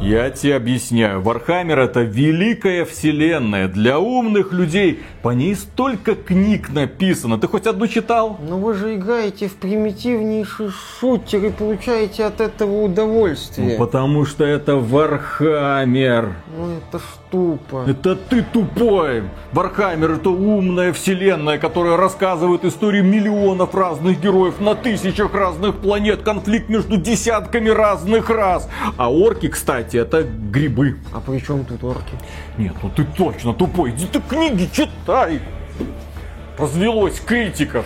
Я тебе объясняю. Вархаммер — это великая вселенная для умных людей. По ней столько книг написано. Ты хоть одну читал? Но вы же играете в примитивнейший шутер и получаете от этого удовольствие. Ну, потому что это Вархаммер. Ну это ж тупо. Это ты тупой. Вархаммер — это умная вселенная, которая рассказывает истории миллионов разных героев на тысячах разных планет. Конфликт между десятками разных рас. А орки, кстати, это грибы. А при чем тут орки? Нет, ну ты точно тупой. Иди ты книги читай. Развелось критиков.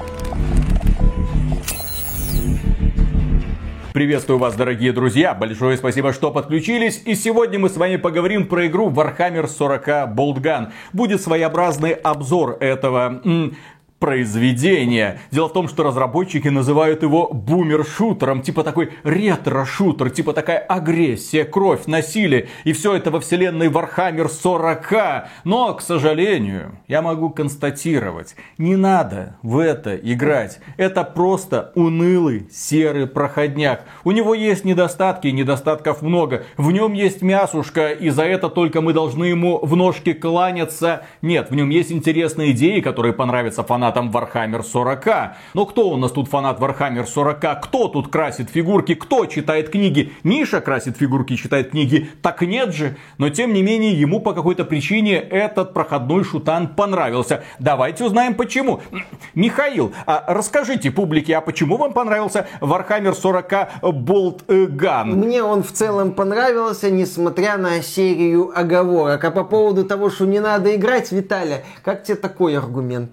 Приветствую вас, дорогие друзья. Большое спасибо, что подключились. И сегодня мы с вами поговорим про игру Warhammer 40 Boltgun. Будет своеобразный обзор этого произведение. Дело в том, что разработчики называют его бумер-шутером, типа такой ретро-шутер, типа такая агрессия, кровь, насилие, и все это во вселенной Warhammer 40. Но, к сожалению, я могу констатировать, не надо в это играть. Это просто унылый серый проходняк. У него есть недостатки, и недостатков много. В нем есть мясушка, и за это только мы должны ему в ножки кланяться. Нет, в нем есть интересные идеи, которые понравятся фанатам Warhammer 40. Но кто у нас тут фанат Warhammer 40? Кто тут красит фигурки? Кто читает книги? Миша красит фигурки и читает книги? Так нет же. Но тем не менее ему по какой-то причине этот проходной шутан понравился. Давайте узнаем почему. Михаил, расскажите публике, а почему вам понравился Warhammer 40 Boltgun? Мне он в целом понравился, несмотря на серию оговорок. А по поводу того, что не надо играть, Виталя, как тебе такой аргумент?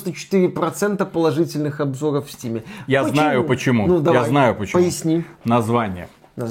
94% положительных обзоров в Стиме. Я знаю почему. Ну, давай, я знаю почему. Поясни. Название.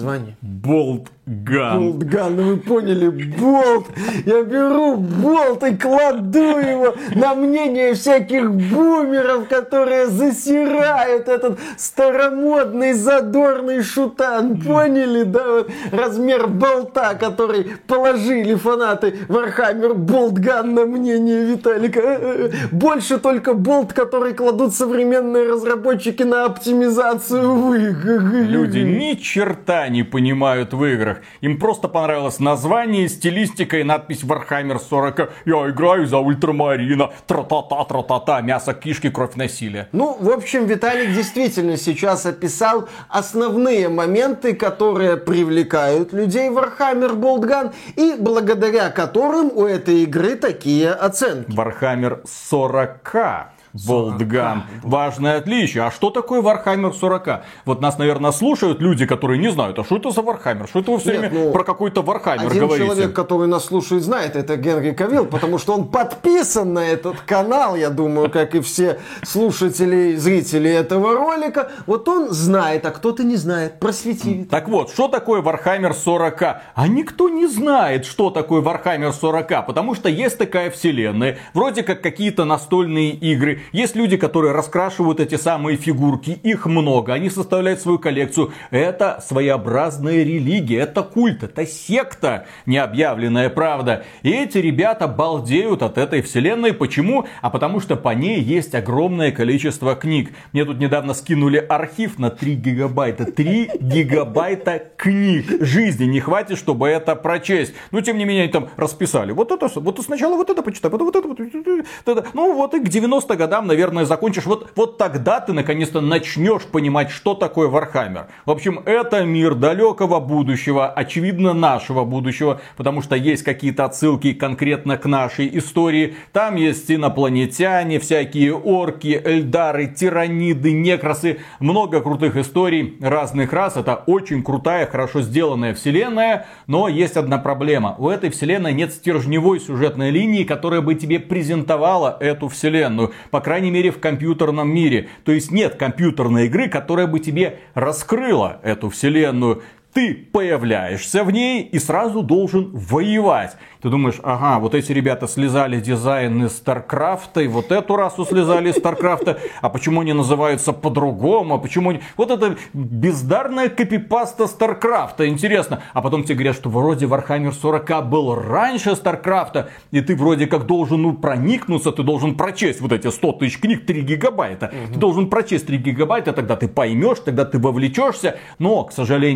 Boltgun. Boltgun, ну вы поняли, болт. Я беру болт и кладу его на мнение всяких бумеров, которые засирают этот старомодный задорный шутан. Поняли, да? Вот размер болта, который положили фанаты Warhammer Boltgun на мнение Виталика. Больше только болт, который кладут современные разработчики на оптимизацию в играх. Люди ни черта не понимают в играх. Им просто понравилось название, стилистика и надпись Warhammer 40. Я играю за ультрамарина. Тра-та-та, мясо, кишки, кровь, насилие. Ну, в общем, Виталик действительно сейчас описал основные моменты, которые привлекают людей в Warhammer Boltgun и благодаря которым у этой игры такие оценки. Warhammer 40. Boltgun. Важное отличие. А что такое Warhammer 40? Вот нас, наверное, слушают люди, которые не знают, а что это за Warhammer? Что это вы все время про какой-то Warhammer один говорите? Один человек, который нас слушает, знает, это Генри Кавилл, потому что он подписан на этот канал, я думаю, как и все слушатели и зрители этого ролика. Вот он знает, а кто-то не знает. Просвети. Так вот, что такое Warhammer 40? А никто не знает, что такое Warhammer 40, потому что есть такая вселенная, вроде как какие-то настольные игры. Есть люди, которые раскрашивают эти самые фигурки, их много, они составляют свою коллекцию. Это своеобразная религия, это культ, это секта, необъявленная правда. И эти ребята балдеют от этой вселенной. Почему? А потому что по ней есть огромное количество книг. Мне тут недавно скинули архив на 3 гигабайта. 3 гигабайта книг. Жизни не хватит, чтобы это прочесть. Но тем не менее они там расписали. Вот это, вот сначала вот это почитай, потом вот это. Ну вот и к 90 годам, наверное, закончишь. Вот тогда ты наконец-то начнешь понимать, что такое Warhammer. В общем, это мир далекого будущего, очевидно, нашего будущего, потому что есть какие-то отсылки конкретно к нашей истории. Там есть инопланетяне, всякие орки, эльдары, тираниды, некросы. Много крутых историй разных рас. Это очень крутая, хорошо сделанная вселенная. Но есть одна проблема. У этой вселенной нет стержневой сюжетной линии, которая бы тебе презентовала эту вселенную. По крайней мере, в компьютерном мире. То есть нет компьютерной игры, которая бы тебе раскрыла эту вселенную. Ты появляешься в ней и сразу должен воевать. Ты думаешь, ага, вот эти ребята слезали дизайн из Старкрафта, и вот эту расу слезали из Старкрафта, а почему они называются по-другому, а почему они... Вот это бездарная копипаста Старкрафта, интересно. А потом тебе говорят, что вроде Warhammer 40 был раньше Старкрафта, и ты вроде как должен проникнуться, ты должен прочесть вот эти 100 тысяч книг, 3 гигабайта. Ты должен прочесть 3 гигабайта, тогда ты поймешь, тогда ты вовлечешься. Но, к сожалению, ни одна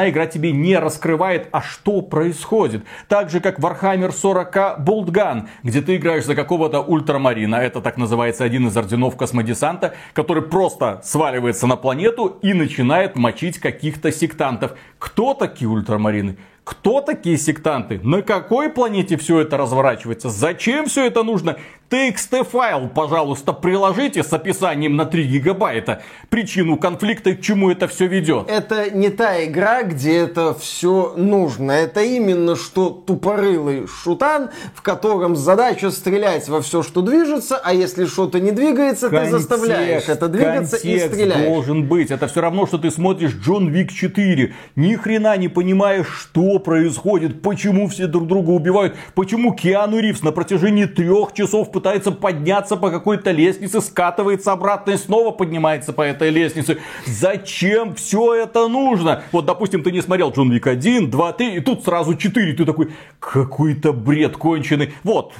сама игра тебе не раскрывает, а что происходит. Так же, как Warhammer 40k Boltgun, где ты играешь за какого-то ультрамарина, это так называется один из орденов космодесанта, который просто сваливается на планету и начинает мочить каких-то сектантов. Кто такие ультрамарины? Кто такие сектанты? На какой планете все это разворачивается? Зачем все это нужно? TXT-файл, пожалуйста, приложите с описанием на 3 гигабайта. Причину конфликта и к чему это все ведет. Это не та игра, где это все нужно. Это именно что тупорылый шутан, в котором задача стрелять во все, что движется, а если что-то не двигается, ты заставляешь это двигаться и стреляешь. Должен быть. Это все равно, что ты смотришь Джон Уик 4. Ни хрена не понимаешь, что происходит, почему все друг друга убивают, почему Киану Ривз на протяжении 3 часов пытается подняться по какой-то лестнице, скатывается обратно и снова поднимается по этой лестнице. Зачем все это нужно? Вот, допустим, ты не смотрел Джон Уик 1, 2, 3, и тут сразу 4. Ты такой, какой-то бред конченый. Вот.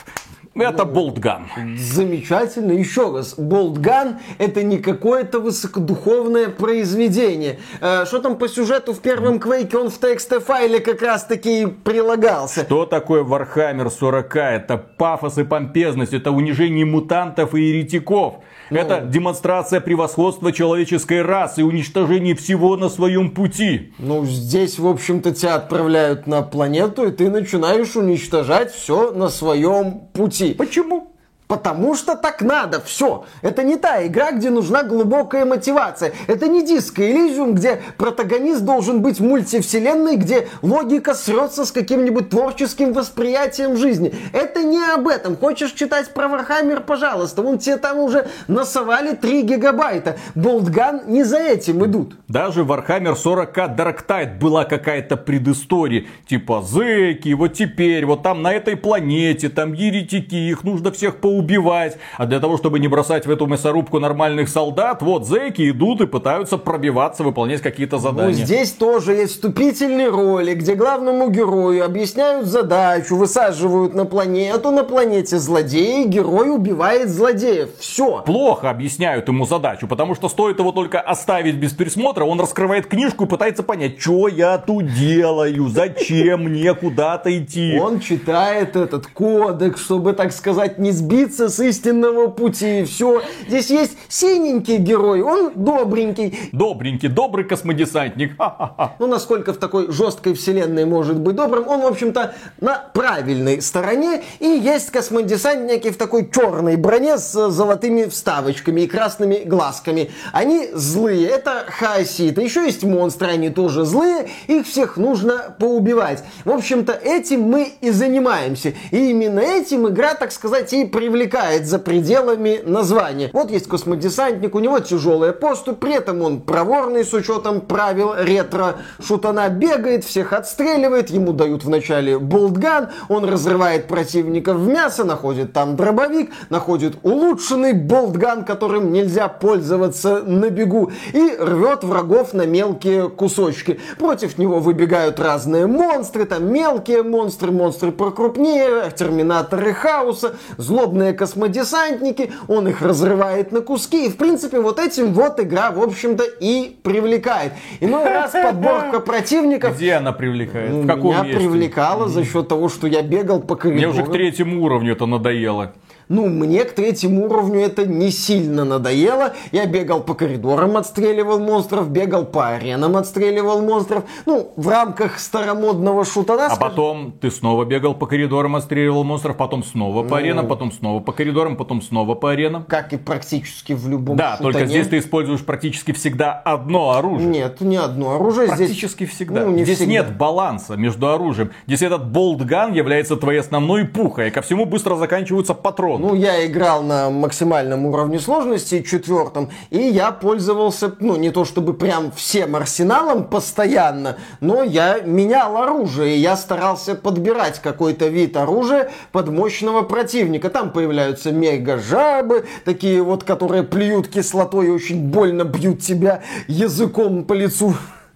Это Болтган. Замечательно. Еще раз, Болтган это не какое-то высокодуховное произведение. Что там по сюжету в первом Квейке? Он в TXT-файле как раз таки прилагался. Что такое Warhammer 40k? Это пафос и помпезность, это унижение мутантов и еретиков. Это демонстрация превосходства человеческой расы и уничтожение всего на своем пути. Ну, здесь, в общем-то, тебя отправляют на планету, и ты начинаешь уничтожать все на своем пути. Почему? Потому что так надо, все. Это не та игра, где нужна глубокая мотивация. Это не Disco Elysium, где протагонист должен быть мультивселенной, где логика срется с каким-нибудь творческим восприятием жизни. Это не об этом. Хочешь читать про Warhammer, пожалуйста. Вон тебе там уже насовали 3 гигабайта. Болтган не за этим идут. Даже в Warhammer 40k Dark Tide была какая-то предыстория. Типа зэки, вот теперь, вот там на этой планете, там еретики, их нужно всех поубивать. А для того, чтобы не бросать в эту мясорубку нормальных солдат, вот зэки идут и пытаются пробиваться, выполнять какие-то задания. Ну, здесь тоже есть вступительный ролик, где главному герою объясняют задачу, высаживают на планете злодеи, герой убивает злодеев. Все. Плохо объясняют ему задачу, потому что стоит его только оставить без присмотра, он раскрывает книжку и пытается понять, что я тут делаю, зачем мне куда-то идти. Он читает этот кодекс, чтобы, так сказать, не сбиться с истинного пути. Все. Здесь есть синенький герой, он добренький. Добренький, добрый космодесантник. Ха-ха-ха. Ну, насколько в такой жесткой вселенной может быть добрым, он, в общем-то, на правильной стороне. И есть космодесантники в такой черной броне с золотыми вставочками и красными глазками. Они злые, это хаоситы. Еще есть монстры, они тоже злые. Их всех нужно поубивать. В общем-то, этим мы и занимаемся. И именно этим игра, так сказать, и привлекает за пределами названия. Вот есть космодесантник, у него тяжелая поступь, при этом он проворный с учетом правил ретро-шутана, бегает, всех отстреливает, ему дают вначале болтган, он разрывает противников в мясо, находит там дробовик, находит улучшенный болтган, которым нельзя пользоваться на бегу, и рвет врагов на мелкие кусочки. Против него выбегают разные монстры, там мелкие монстры, монстры покрупнее, терминаторы хаоса, злобные космодесантники, он их разрывает на куски, и в принципе вот этим вот игра, в общем-то, и привлекает. Иной раз подборка противников... Где она привлекает? В каком меня месте? Привлекала за счет того, что я бегал по коридору. Мне уже к 3-му уровню это надоело. Ну, мне к 3-му уровню это не сильно надоело. Я бегал по коридорам, отстреливал монстров, бегал по аренам, отстреливал монстров. Ну, в рамках старомодного шутана. А потом ты снова бегал по коридорам, отстреливал монстров, потом снова по аренам, потом снова по коридорам, потом снова по аренам. Как и практически в любом Да, шутане. только здесь ты используешь практически всегда одно оружие. Нет, не одно оружие. Практически здесь... всегда. Ну, не здесь всегда. нет баланса между оружием. Здесь этот болтган является твоей основной пухой, и ко всему быстро заканчиваются патроны. Ну, я играл на максимальном уровне сложности, 4-м, и я пользовался, ну, не то чтобы прям всем арсеналом постоянно, но я менял оружие, и я старался подбирать какой-то вид оружия под мощного противника. Там появляются мега-жабы, такие вот, которые плюют кислотой и очень больно бьют тебя языком по лицу.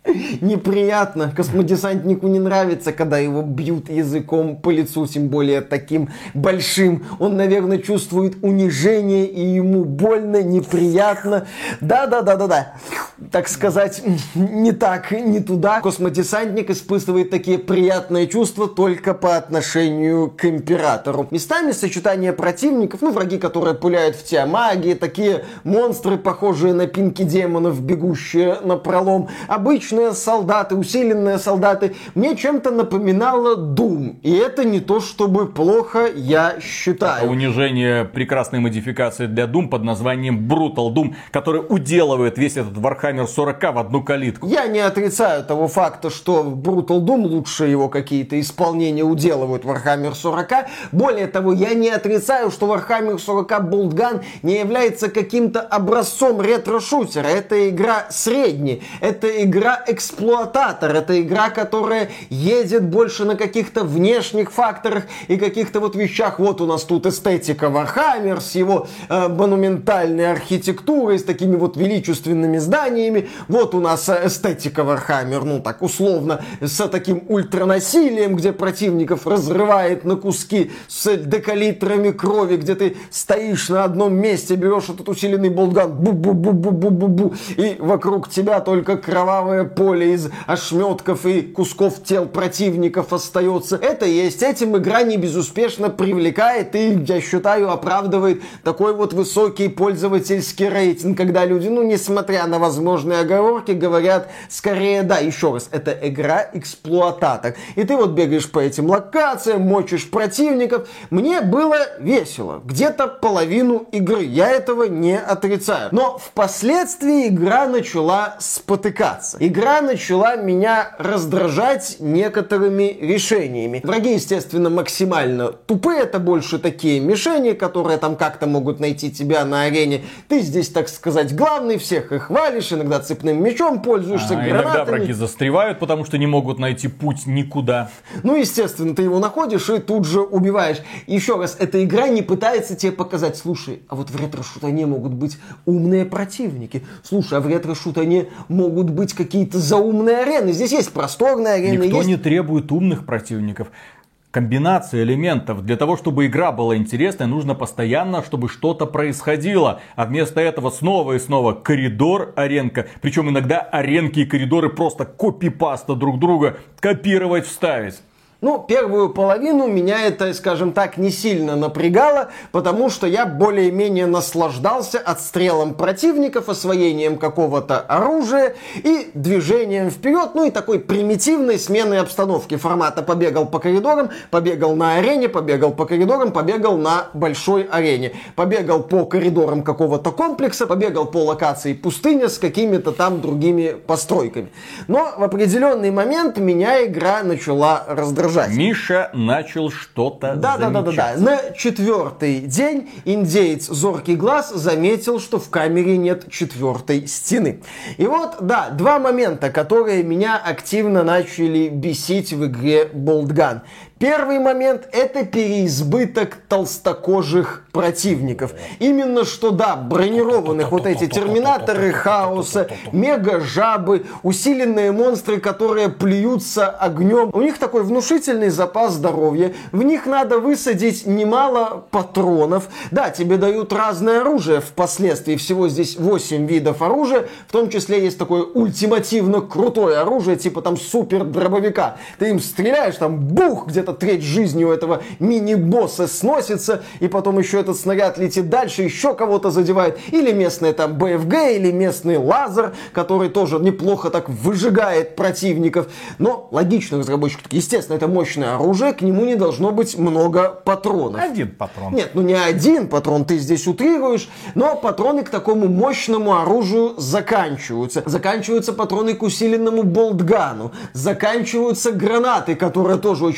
Неприятно. Космодесантнику не нравится, когда его бьют языком по лицу, тем более таким большим. Он, наверное, чувствует унижение, и ему больно, неприятно. Да. Так сказать, не так, не туда. Космодесантник испытывает такие приятные чувства только по отношению к императору. Местами сочетание противников, враги, которые пуляют в тебя магии, такие монстры, похожие на пинки демонов, бегущие напролом. Обычные солдаты, усиленные солдаты, мне чем-то напоминало Doom. И это не то, чтобы плохо, я считаю. Это унижение прекрасной модификации для Doom под названием Brutal Doom, который уделывает весь этот Warhammer 40 в одну калитку. Я не отрицаю того факта, что в Brutal Doom лучше его какие-то исполнения уделывают Warhammer 40. Более того, я не отрицаю, что Warhammer 40 Boltgun не является каким-то образцом ретро-шутера. Это игра средняя. Это игра-эксплуататор. Это игра, которая едет больше на каких-то внешних факторах и каких-то вещах. Вот у нас тут эстетика Warhammer с его монументальной архитектурой, с такими величественными зданиями. Вот у нас эстетика Warhammer, так условно, с таким ультранасилием, где противников разрывает на куски с декалитрами крови, где ты стоишь на одном месте, берешь этот усиленный болтган, бу-бу-бу-бу-бу-бу-бу, и вокруг тебя только кровавое поле из ошметков и кусков тел противников остается. Это есть. Этим игра не безуспешно привлекает и, я считаю, оправдывает такой высокий пользовательский рейтинг, когда люди, несмотря на возможные оговорки, говорят скорее да. Еще раз, это игра-эксплуататор. И ты бегаешь по этим локациям, мочишь противников. Мне было весело. Где-то половину игры. Я этого не отрицаю. Но впоследствии игра начала спотыкаться. Игра начала меня раздражать некоторыми решениями. Враги, естественно, максимально тупые. Это больше такие мишени, которые там как-то могут найти тебя на арене. Ты здесь, так сказать, главный, всех их валишь, иногда цепным мечом пользуешься, гранатами. Иногда враги застревают, потому что не могут найти путь никуда. Естественно, ты его находишь и тут же убиваешь. Еще раз, эта игра не пытается тебе показать, слушай, а в ретро-шутане могут быть умные противники. Слушай, а в ретро-шутане могут быть какие-то заумные арены. Здесь есть просторная арена. Никто не требует умных противников. Комбинация элементов. Для того, чтобы игра была интересной, нужно постоянно, чтобы что-то происходило. А вместо этого снова и снова коридор, аренка. Причем иногда аренки и коридоры просто копипаста друг друга копировать, вставить. Первую половину меня это, скажем так, не сильно напрягало, потому что я более-менее наслаждался отстрелом противников, освоением какого-то оружия и движением вперед, и такой примитивной сменой обстановки формата. Побегал по коридорам, побегал на арене, побегал по коридорам, побегал на большой арене. Побегал по коридорам какого-то комплекса, побегал по локации пустыня с какими-то там другими постройками. Но в определенный момент меня игра начала раздражать. Миша начал что-то замечать. Да. На 4-й день индеец Зоркий Глаз заметил, что в камере нет 4-й стены. И два момента, которые меня активно начали бесить в игре Boltgun. Первый момент – это переизбыток толстокожих противников. Именно что, бронированных эти терминаторы хаоса, мега-жабы, усиленные монстры, которые плюются огнем. У них такой внушительный запас здоровья. В них надо высадить немало патронов. Да, тебе дают разное оружие впоследствии. Всего здесь 8 видов оружия. В том числе есть такое ультимативно крутое оружие, типа супер дробовика. Ты им стреляешь, бух, где-то треть жизни у этого мини-босса сносится, и потом еще этот снаряд летит дальше, еще кого-то задевает. Или местный БФГ, или местный лазер, который тоже неплохо так выжигает противников. Но логично, разработчик, естественно, это мощное оружие, к нему не должно быть много патронов. Один патрон. Нет, не один патрон, ты здесь утрируешь, но патроны к такому мощному оружию заканчиваются. Заканчиваются патроны к усиленному болтгану, заканчиваются гранаты, которые тоже очень мощные,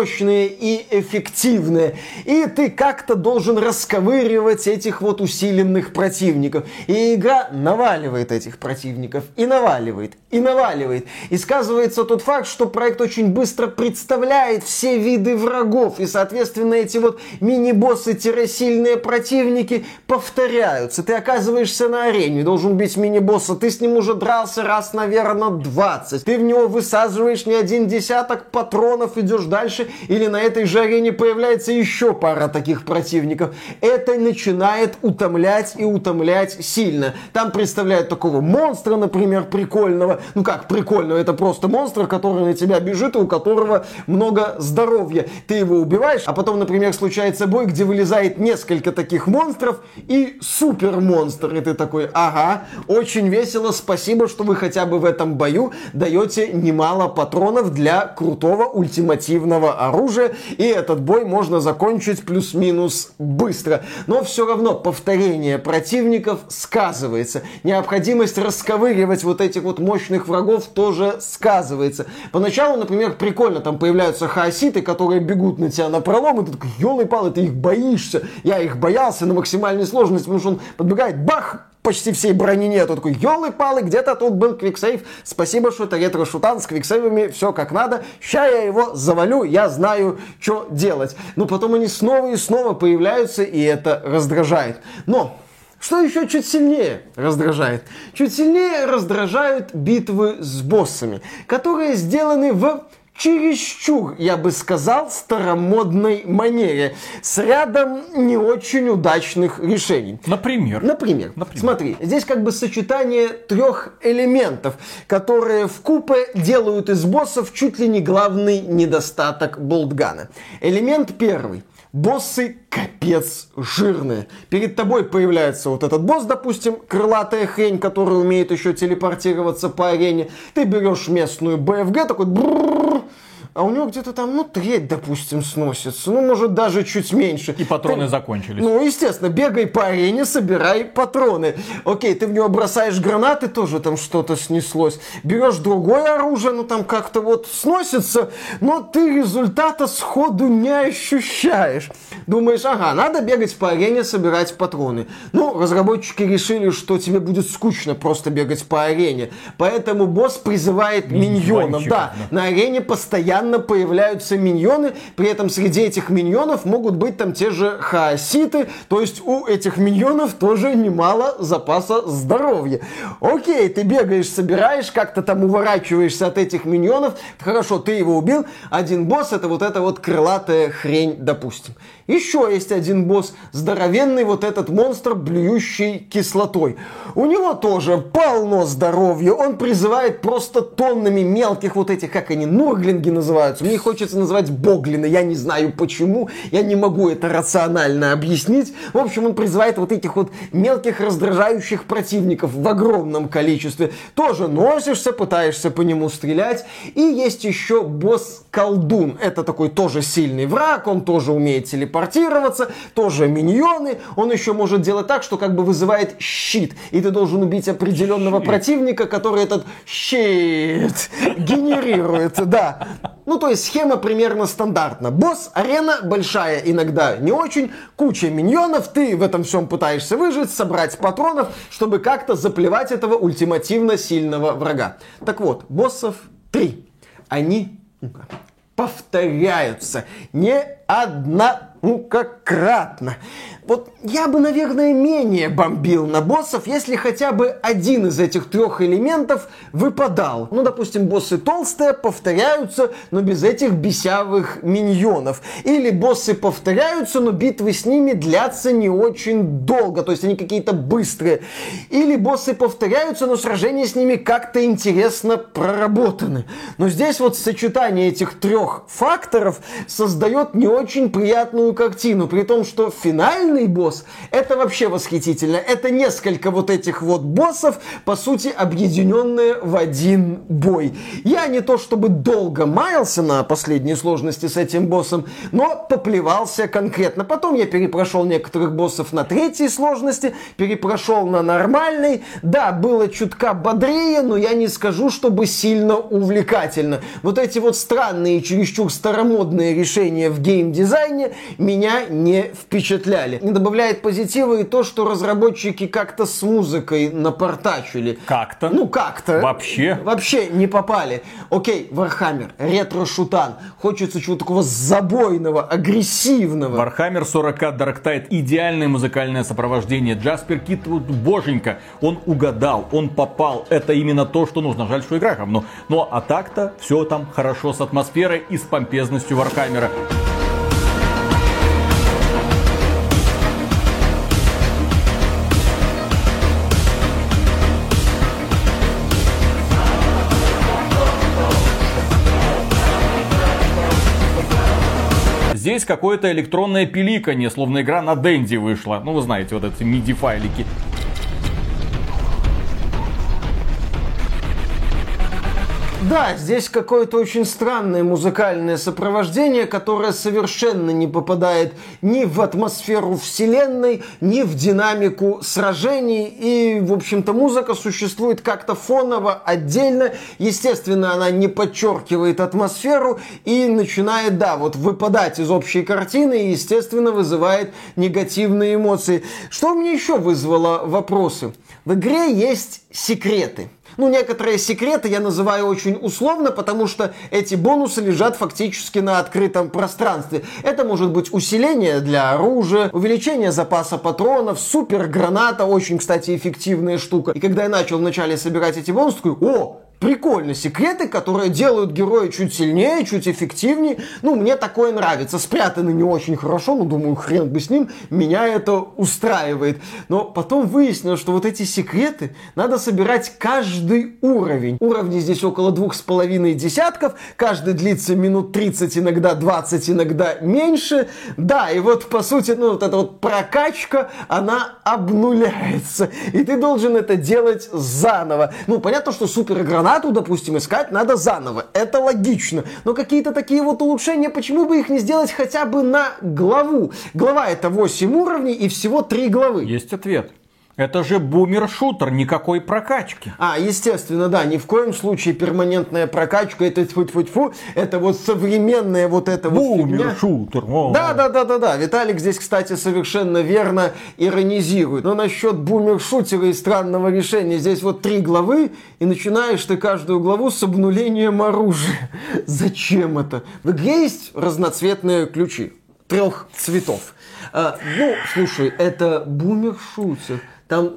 мощные и эффективные. И ты как-то должен расковыривать этих вот усиленных противников. И игра наваливает этих противников. И наваливает. И наваливает. И сказывается тот факт, что проект очень быстро представляет все виды врагов. И, соответственно, эти вот мини-боссы-сильные противники повторяются. Ты оказываешься на арене, должен бить мини-босса. Ты с ним уже дрался раз, наверное, 20. Ты в него высаживаешь не один десяток патронов, идешь дальше. Или на этой же арене появляется еще пара таких противников. Это начинает утомлять и утомлять сильно. Там представляют такого монстра, например, прикольного. Ну как прикольного? Это просто монстр, который на тебя бежит и у которого много здоровья. Ты его убиваешь, а потом, например, случается бой, где вылезает несколько таких монстров и супермонстр. И ты такой, ага, очень весело, спасибо, что вы хотя бы в этом бою даете немало патронов для крутого ультимативного оружия. И этот бой можно закончить плюс-минус быстро. Но все равно повторение противников сказывается. Необходимость расковыривать вот этих вот мощных врагов тоже сказывается. Поначалу, например, прикольно, там появляются хаоситы, которые бегут на тебя напролом, и ты такой, ёлы-палы, ты их боишься. Я их боялся на максимальной сложности, потому что он подбегает, бах, почти всей брони нету. Такой, ёлы-палы, где-то тут был квиксейв. Спасибо, что это ретро-шутан с квиксейвами, все как надо. Ща я его завалю, я знаю, что делать. Но потом они снова и снова появляются, и это раздражает. Но что еще чуть сильнее раздражает? Чуть сильнее раздражают битвы с боссами, которые сделаны в чересчур, я бы сказал, старомодной манере, с рядом не очень удачных решений. Например? Например. Смотри, здесь как бы сочетание трех элементов, которые вкупе делают из боссов чуть ли не главный недостаток болтгана. Элемент первый. Боссы капец жирные. Перед тобой появляется вот этот босс, допустим, крылатая хрень, которая умеет еще телепортироваться по арене. Ты берешь местную БФГ, такой брррр, а у него где-то там, ну, треть, допустим, сносится. Ну, может, даже чуть меньше. И патроны закончились. Ну, естественно, бегай по арене, собирай патроны. Окей, ты в него бросаешь гранаты, тоже там что-то снеслось. Берешь другое оружие, ну, там как-то вот сносится, но ты результата сходу не ощущаешь. Думаешь, ага, надо бегать по арене, собирать патроны. Ну, разработчики решили, что тебе будет скучно просто бегать по арене. Поэтому босс призывает миньонов. Да, на арене постоянно появляются миньоны, при этом среди этих миньонов могут быть там те же хаоситы, то есть у этих миньонов тоже немало запаса здоровья. Окей, ты бегаешь, собираешь, как-то там уворачиваешься от этих миньонов, хорошо, ты его убил, один босс это вот крылатая хрень, допустим. Еще есть один босс, здоровенный вот этот монстр, блюющий кислотой. У него тоже полно здоровья, он призывает просто тоннами мелких вот этих, как они, нурглинги называются. Мне хочется называть боглины, я не знаю почему, я не могу это рационально объяснить. В общем, он призывает вот этих вот мелких раздражающих противников в огромном количестве. Тоже носишься, пытаешься по нему стрелять. И есть еще босс-колдун. Это такой тоже сильный враг, он тоже умеет телепортироваться, тоже миньоны. Он еще может делать так, что как бы вызывает щит. И ты должен убить определенного противника, который этот щит генерирует. Да. Ну, то есть схема примерно стандартна. Босс, арена большая, иногда не очень, куча миньонов, ты в этом всем пытаешься выжить, собрать патронов, чтобы как-то заплевать этого ультимативно сильного врага. Так вот, боссов 3. Они повторяются неоднократно. Вот я бы, наверное, менее бомбил на боссов, если хотя бы один из этих трех элементов выпадал. Ну, допустим, боссы толстые повторяются, но без этих бесявых миньонов. Или боссы повторяются, но битвы с ними длятся не очень долго, то есть они какие-то быстрые. Или боссы повторяются, но сражения с ними как-то интересно проработаны. Но здесь вот сочетание этих трех факторов создает не очень приятную цельную картину, при том, что финальный босс, это вообще восхитительно. Это несколько вот этих вот боссов, по сути, объединенные в один бой. Я не то чтобы долго маялся на последней сложности с этим боссом, но поплевался конкретно. Потом я перепрошел некоторых боссов на третьей сложности, перепрошел на нормальной. Да, было чутка бодрее, но я не скажу, чтобы сильно увлекательно. Вот эти вот странные, чересчур старомодные решения в геймдизайне меня не впечатляли. Не добавляет позитива и то, что разработчики как-то с музыкой напортачили. Как-то? Ну, как-то. Вообще? Вообще не попали. Окей, Warhammer, ретро-шутан. Хочется чего-то такого забойного, агрессивного. Warhammer 40k Dark Tide — идеальное музыкальное сопровождение. Джаспер Кит, вот, боженька, он угадал, он попал. Это именно то, что нужно. Жаль, что игра говно. Но а так-то все там хорошо с атмосферой и с помпезностью Вархаммера. Здесь какое-то электронное пиликанье, словно игра на Денди вышла. Ну, вы знаете, вот эти MIDI-файлики. Да, здесь какое-то очень странное музыкальное сопровождение, которое совершенно не попадает ни в атмосферу вселенной, ни в динамику сражений. И, в общем-то, музыка существует как-то фоново, отдельно. Естественно, она не подчеркивает атмосферу и начинает, да, вот выпадать из общей картины и, естественно, вызывает негативные эмоции. Что мне еще вызвало вопросы? В игре есть секреты. Ну, некоторые секреты я называю очень условно, потому что эти бонусы лежат фактически на открытом пространстве. Это может быть усиление для оружия, увеличение запаса патронов, суперграната, очень, кстати, эффективная штука. И когда я начал вначале собирать эти бонусы, такой: о, прикольно, секреты, которые делают героя чуть сильнее, чуть эффективнее. Ну, мне такое нравится. Спрятаны не очень хорошо, но думаю, хрен бы с ним, меня это устраивает. Но потом выяснилось, что вот эти секреты надо собирать каждый уровень. Уровней здесь около 2,5 десятков, каждый длится минут 30, иногда 20, иногда меньше. Да, и вот, по сути, ну, вот эта вот прокачка, она обнуляется. И ты должен это делать заново. Ну, понятно, что супергранату, допустим, искать надо заново. Это логично. Но какие-то такие вот улучшения, почему бы их не сделать хотя бы на главу? Глава — это 8 уровней и всего 3 главы. Есть ответ. Это же бумер-шутер, никакой прокачки. Естественно, да, ни в коем случае перманентная прокачка, это тьфу-тьфу-тьфу, это вот современная вот эта вот фигня. Бумер-шутер. Да. Виталик здесь, кстати, совершенно верно иронизирует. Но насчет бумер-шутера и странного решения, здесь вот 3 главы, и начинаешь ты каждую главу с обнулением оружия. Зачем это? В игре есть разноцветные ключи 3 цветов. Ну, слушай, это бумер-шутер. Там,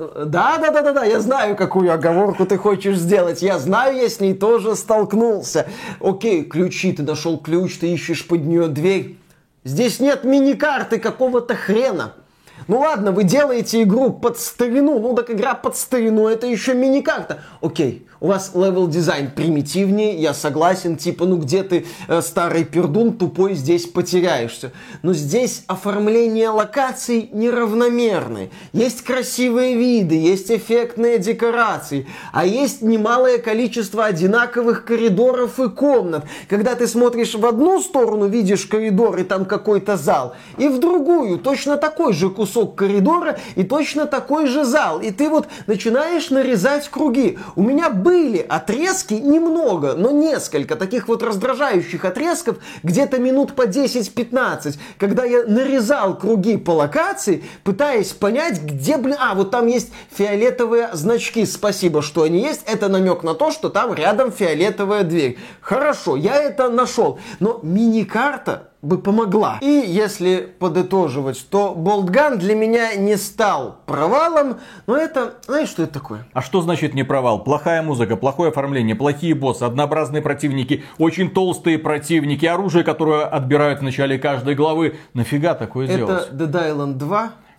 да, я знаю, какую оговорку ты хочешь сделать. Я знаю, я с ней тоже столкнулся. Окей, ключи, ты нашел ключ, ты ищешь под нее дверь. Здесь нет мини-карты какого-то хрена. Ну ладно, вы делаете игру под старину. Ну так игра под старину, это еще мини-карта. Окей, у вас левел-дизайн примитивнее, я согласен. Типа, ну где ты, старый пердун, тупой, здесь потеряешься. Но здесь оформление локаций неравномерное. Есть красивые виды, есть эффектные декорации. А есть немалое количество одинаковых коридоров и комнат. Когда ты смотришь в одну сторону, видишь коридор и там какой-то зал. И в другую точно такой же кусок коридора и точно такой же зал. И ты вот начинаешь нарезать круги. У меня были отрезки, немного, но несколько таких вот раздражающих отрезков, где-то минут по 10-15, когда я нарезал круги по локации, пытаясь понять, где, вот там есть фиолетовые значки, спасибо, что они есть, это намек на то, что там рядом фиолетовая дверь. Хорошо, я это нашел, но мини-карта бы помогла. И если подытоживать, то Болтган для меня не стал провалом, но это, знаешь, что это такое? А что значит не провал? Плохая музыка, плохое оформление, плохие боссы, однообразные противники, очень толстые противники, оружие, которое отбирают в начале каждой главы. Нафига такое делать? Это Dead Island 2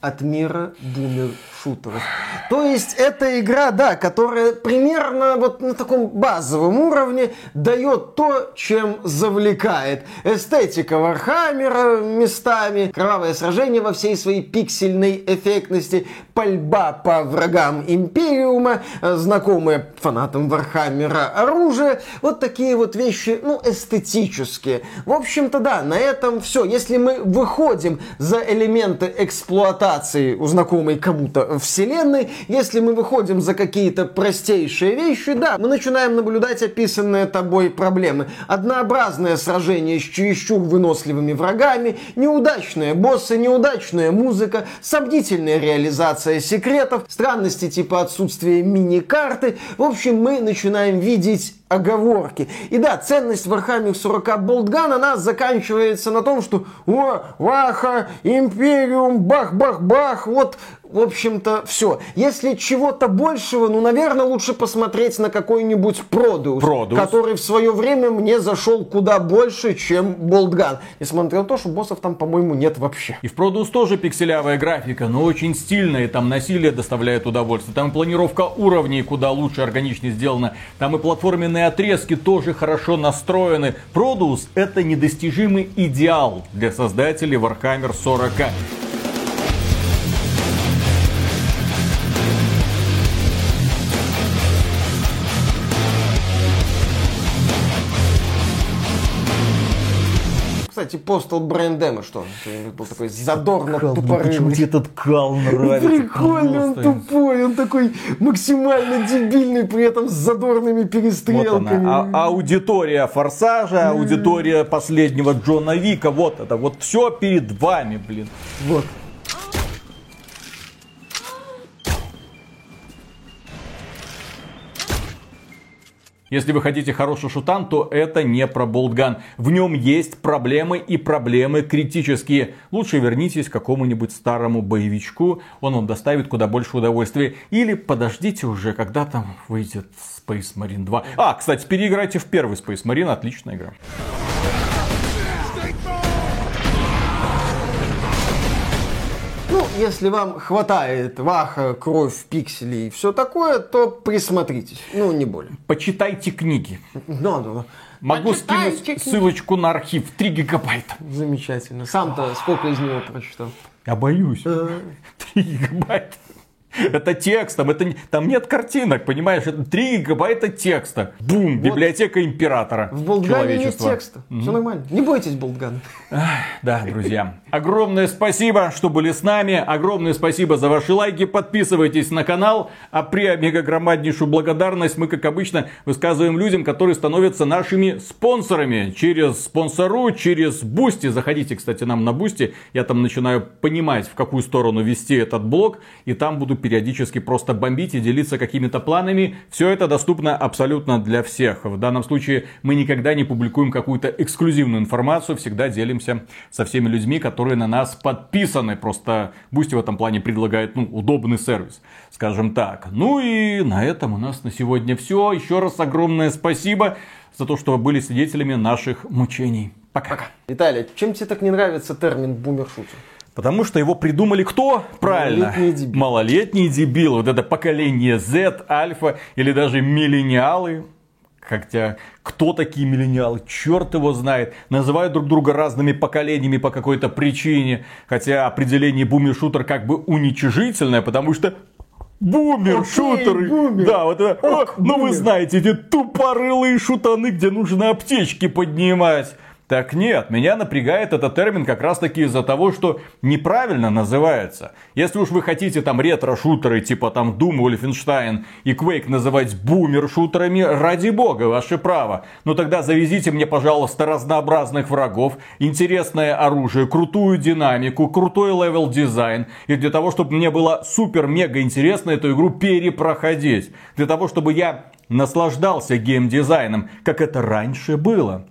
от мира бумер-шутеров. То есть это игра, да, которая примерно вот на таком базовом уровне дает то, чем завлекает. Эстетика Вархаммера местами, кровавое сражение во всей своей пиксельной эффектности, пальба по врагам Империума, знакомые фанатам Вархаммера оружие, вот такие вот вещи, ну, эстетические. В общем-то, да, на этом все. Если мы выходим за элементы эксплуатации у знакомой кому-то вселенной, если мы выходим за какие-то простейшие вещи, да, мы начинаем наблюдать описанные тобой проблемы. Однообразное сражение с чересчур выносливыми врагами, неудачные боссы, неудачная музыка, сомнительная реализация секретов, странности типа отсутствия мини-карты. В общем, мы начинаем видеть оговорки. И да, ценность Warhammer 40 Boltgun, она заканчивается на том, что о, Ваха, Империум, бах-бах-бах, вот, в общем-то, все. Если чего-то большего, ну, наверное, лучше посмотреть на какой-нибудь Produce, который в свое время мне зашел куда больше, чем Boltgun. Несмотря на то, что боссов там, по-моему, нет вообще. И в Produce тоже пикселявая графика, но очень стильная, и там насилие доставляет удовольствие. Там и планировка уровней куда лучше, органичнее сделана. Там и платформенные отрезки тоже хорошо настроены. Produce — это недостижимый идеал для создателей Warhammer 40. Кстати, Postal Brain Demo, что? Был такой задорно тупорылый. Почему тебе этот кал нравится? Прикольно, он тупой, он такой максимально дебильный, при этом с задорными перестрелками. Вот она, аудитория Форсажа, аудитория последнего Джона Вика, вот это, вот все перед вами, блин. Вот. Если вы хотите хороший шутан, то это не про Boltgun. В нем есть проблемы, и проблемы критические. Лучше вернитесь к какому-нибудь старому боевичку, он вам доставит куда больше удовольствия. Или подождите уже, когда там выйдет Space Marine 2. Кстати, переиграйте в первый Space Marine, отличная игра. Ну, если вам хватает Ваха, кровь, пикселей и все такое, то присмотритесь. Ну, не более. Почитайте книги. Да. Могу скинуть ссылочку на архив. 3 гигабайта. Замечательно. Сам-то сколько из него прочитал? Я боюсь. 3 гигабайта. Это текстом, там нет картинок, понимаешь? Это 3 гигабайта текста. Бум, вот. Библиотека императора. В Болтгане нет текста. Все нормально. Не бойтесь Болтгана. Да, друзья. Огромное спасибо, что были с нами. Огромное спасибо за ваши лайки. Подписывайтесь на канал. А при мегагромаднейшую благодарность мы, как обычно, высказываем людям, которые становятся нашими спонсорами. Через спонсору, через Бусти. Заходите, кстати, нам на Бусти. Я там начинаю понимать, в какую сторону вести этот блог. И там буду периодически просто бомбить и делиться какими-то планами. Все это доступно абсолютно для всех. В данном случае мы никогда не публикуем какую-то эксклюзивную информацию. Всегда делимся со всеми людьми, которые на нас подписаны. Просто Boosty в этом плане предлагает удобный сервис, скажем так. Ну и на этом у нас на сегодня все. Еще раз огромное спасибо за то, что вы были свидетелями наших мучений. Пока. Виталий, чем тебе так не нравится термин бумершутер? Потому что его придумали кто? Правильно. Малолетние дебилы. Вот это поколение Z, альфа или даже миллениалы. Хотя, кто такие миллениалы? Черт его знает. Называют друг друга разными поколениями по какой-то причине. Хотя определение бумер-шутер как бы уничижительное, потому что бумер-шутеры. Бумер. Да, вот это. Вы знаете, эти тупорылые шутаны, где нужно аптечки поднимать. Так нет, меня напрягает этот термин как раз таки из-за того, что неправильно называется. Если уж вы хотите там ретро-шутеры типа там Doom, Wolfenstein и Quake называть бумер-шутерами, ради бога, ваше право. Но тогда завезите мне, пожалуйста, разнообразных врагов, интересное оружие, крутую динамику, крутой левел-дизайн. И для того, чтобы мне было супер-мега интересно эту игру перепроходить. Для того, чтобы я наслаждался геймдизайном, как это раньше было.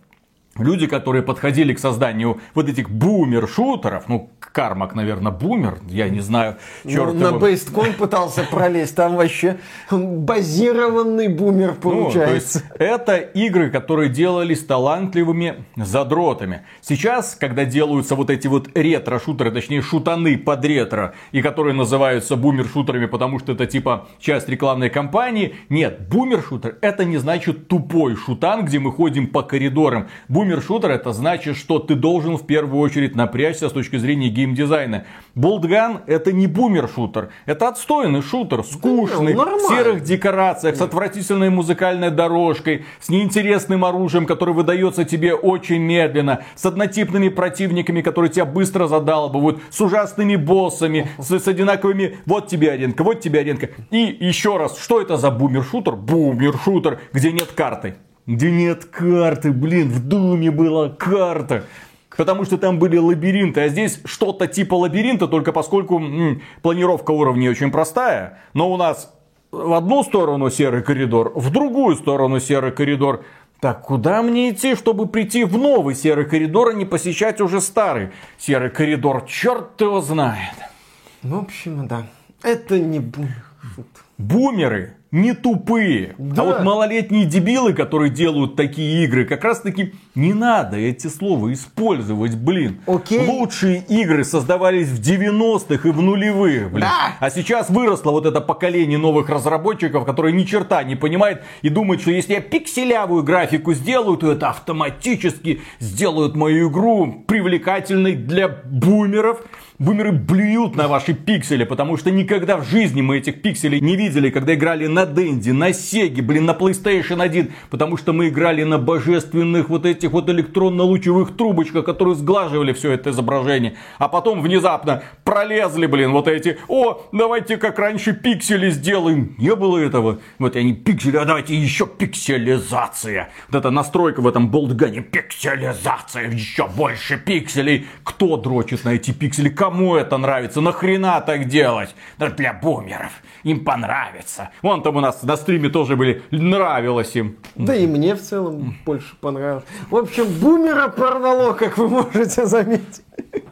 люди, которые подходили к созданию вот этих бумер-шутеров, ну, Кармак, наверное, бумер, я не знаю, черт на его. Based.com пытался пролезть, там вообще базированный бумер получается. Ну, то есть, это игры, которые делались талантливыми задротами. Сейчас, когда делаются вот эти вот ретро-шутеры, точнее, шутаны под ретро, и которые называются бумер-шутерами, потому что это типа часть рекламной кампании, нет, бумер-шутер это не значит тупой шутан, где мы ходим по коридорам. Бумер-шутер это значит, что ты должен в первую очередь напрячься с точки зрения геймдизайна. Болтган это не бумер-шутер, это отстойный шутер, скучный, в серых декорациях, с отвратительной музыкальной дорожкой, с неинтересным оружием, которое выдается тебе очень медленно, с однотипными противниками, которые тебя быстро задалбывают, с ужасными боссами, с одинаковыми вот тебе аренка, вот тебе аренка. И еще раз, что это за бумер-шутер? Бумер-шутер, где нет карты. Где нет карты, блин, в Думе была карта. Потому что там были лабиринты, а здесь что-то типа лабиринта, только поскольку планировка уровней очень простая, но у нас в одну сторону серый коридор, в другую сторону серый коридор. Так куда мне идти, чтобы прийти в новый серый коридор, а не посещать уже старый серый коридор? Черт его знает. В общем, да, это не бумер-шутер. Бумеры не тупые. Да. А вот малолетние дебилы, которые делают такие игры, как раз таки не надо эти слова использовать, блин. Окей. Лучшие игры создавались в 90-х и в нулевых, блин. Да. А сейчас выросло вот это поколение новых разработчиков, которые ни черта не понимают и думают, что если я пикселявую графику сделаю, то это автоматически сделают мою игру привлекательной для бумеров. Бумеры блюют на ваши пиксели, потому что никогда в жизни мы этих пикселей не видели, когда играли на Денди, на Сеге, блин, на PlayStation 1, потому что мы играли на божественных вот этих вот электронно-лучевых трубочках, которые сглаживали все это изображение. А потом внезапно пролезли, блин, вот эти, давайте как раньше пиксели сделаем. Не было этого. Вот они пиксели, а давайте еще пикселизация. Вот эта настройка в этом болтгане, пикселизация, еще больше пикселей. Кто дрочит на эти пиксели? Кому это нравится? Нахрена так делать? Для бумеров. Им понравится. Вон там у нас на стриме тоже были. Нравилось им. Да и мне в целом больше понравилось. В общем, бумера порвало, как вы можете заметить.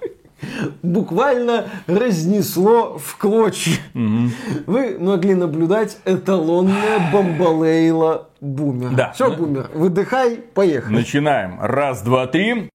Буквально разнесло в клочья. Вы могли наблюдать эталонное бомбалейло бумера. Да. Все, бумер, выдыхай, поехали. Начинаем. Раз, два, три.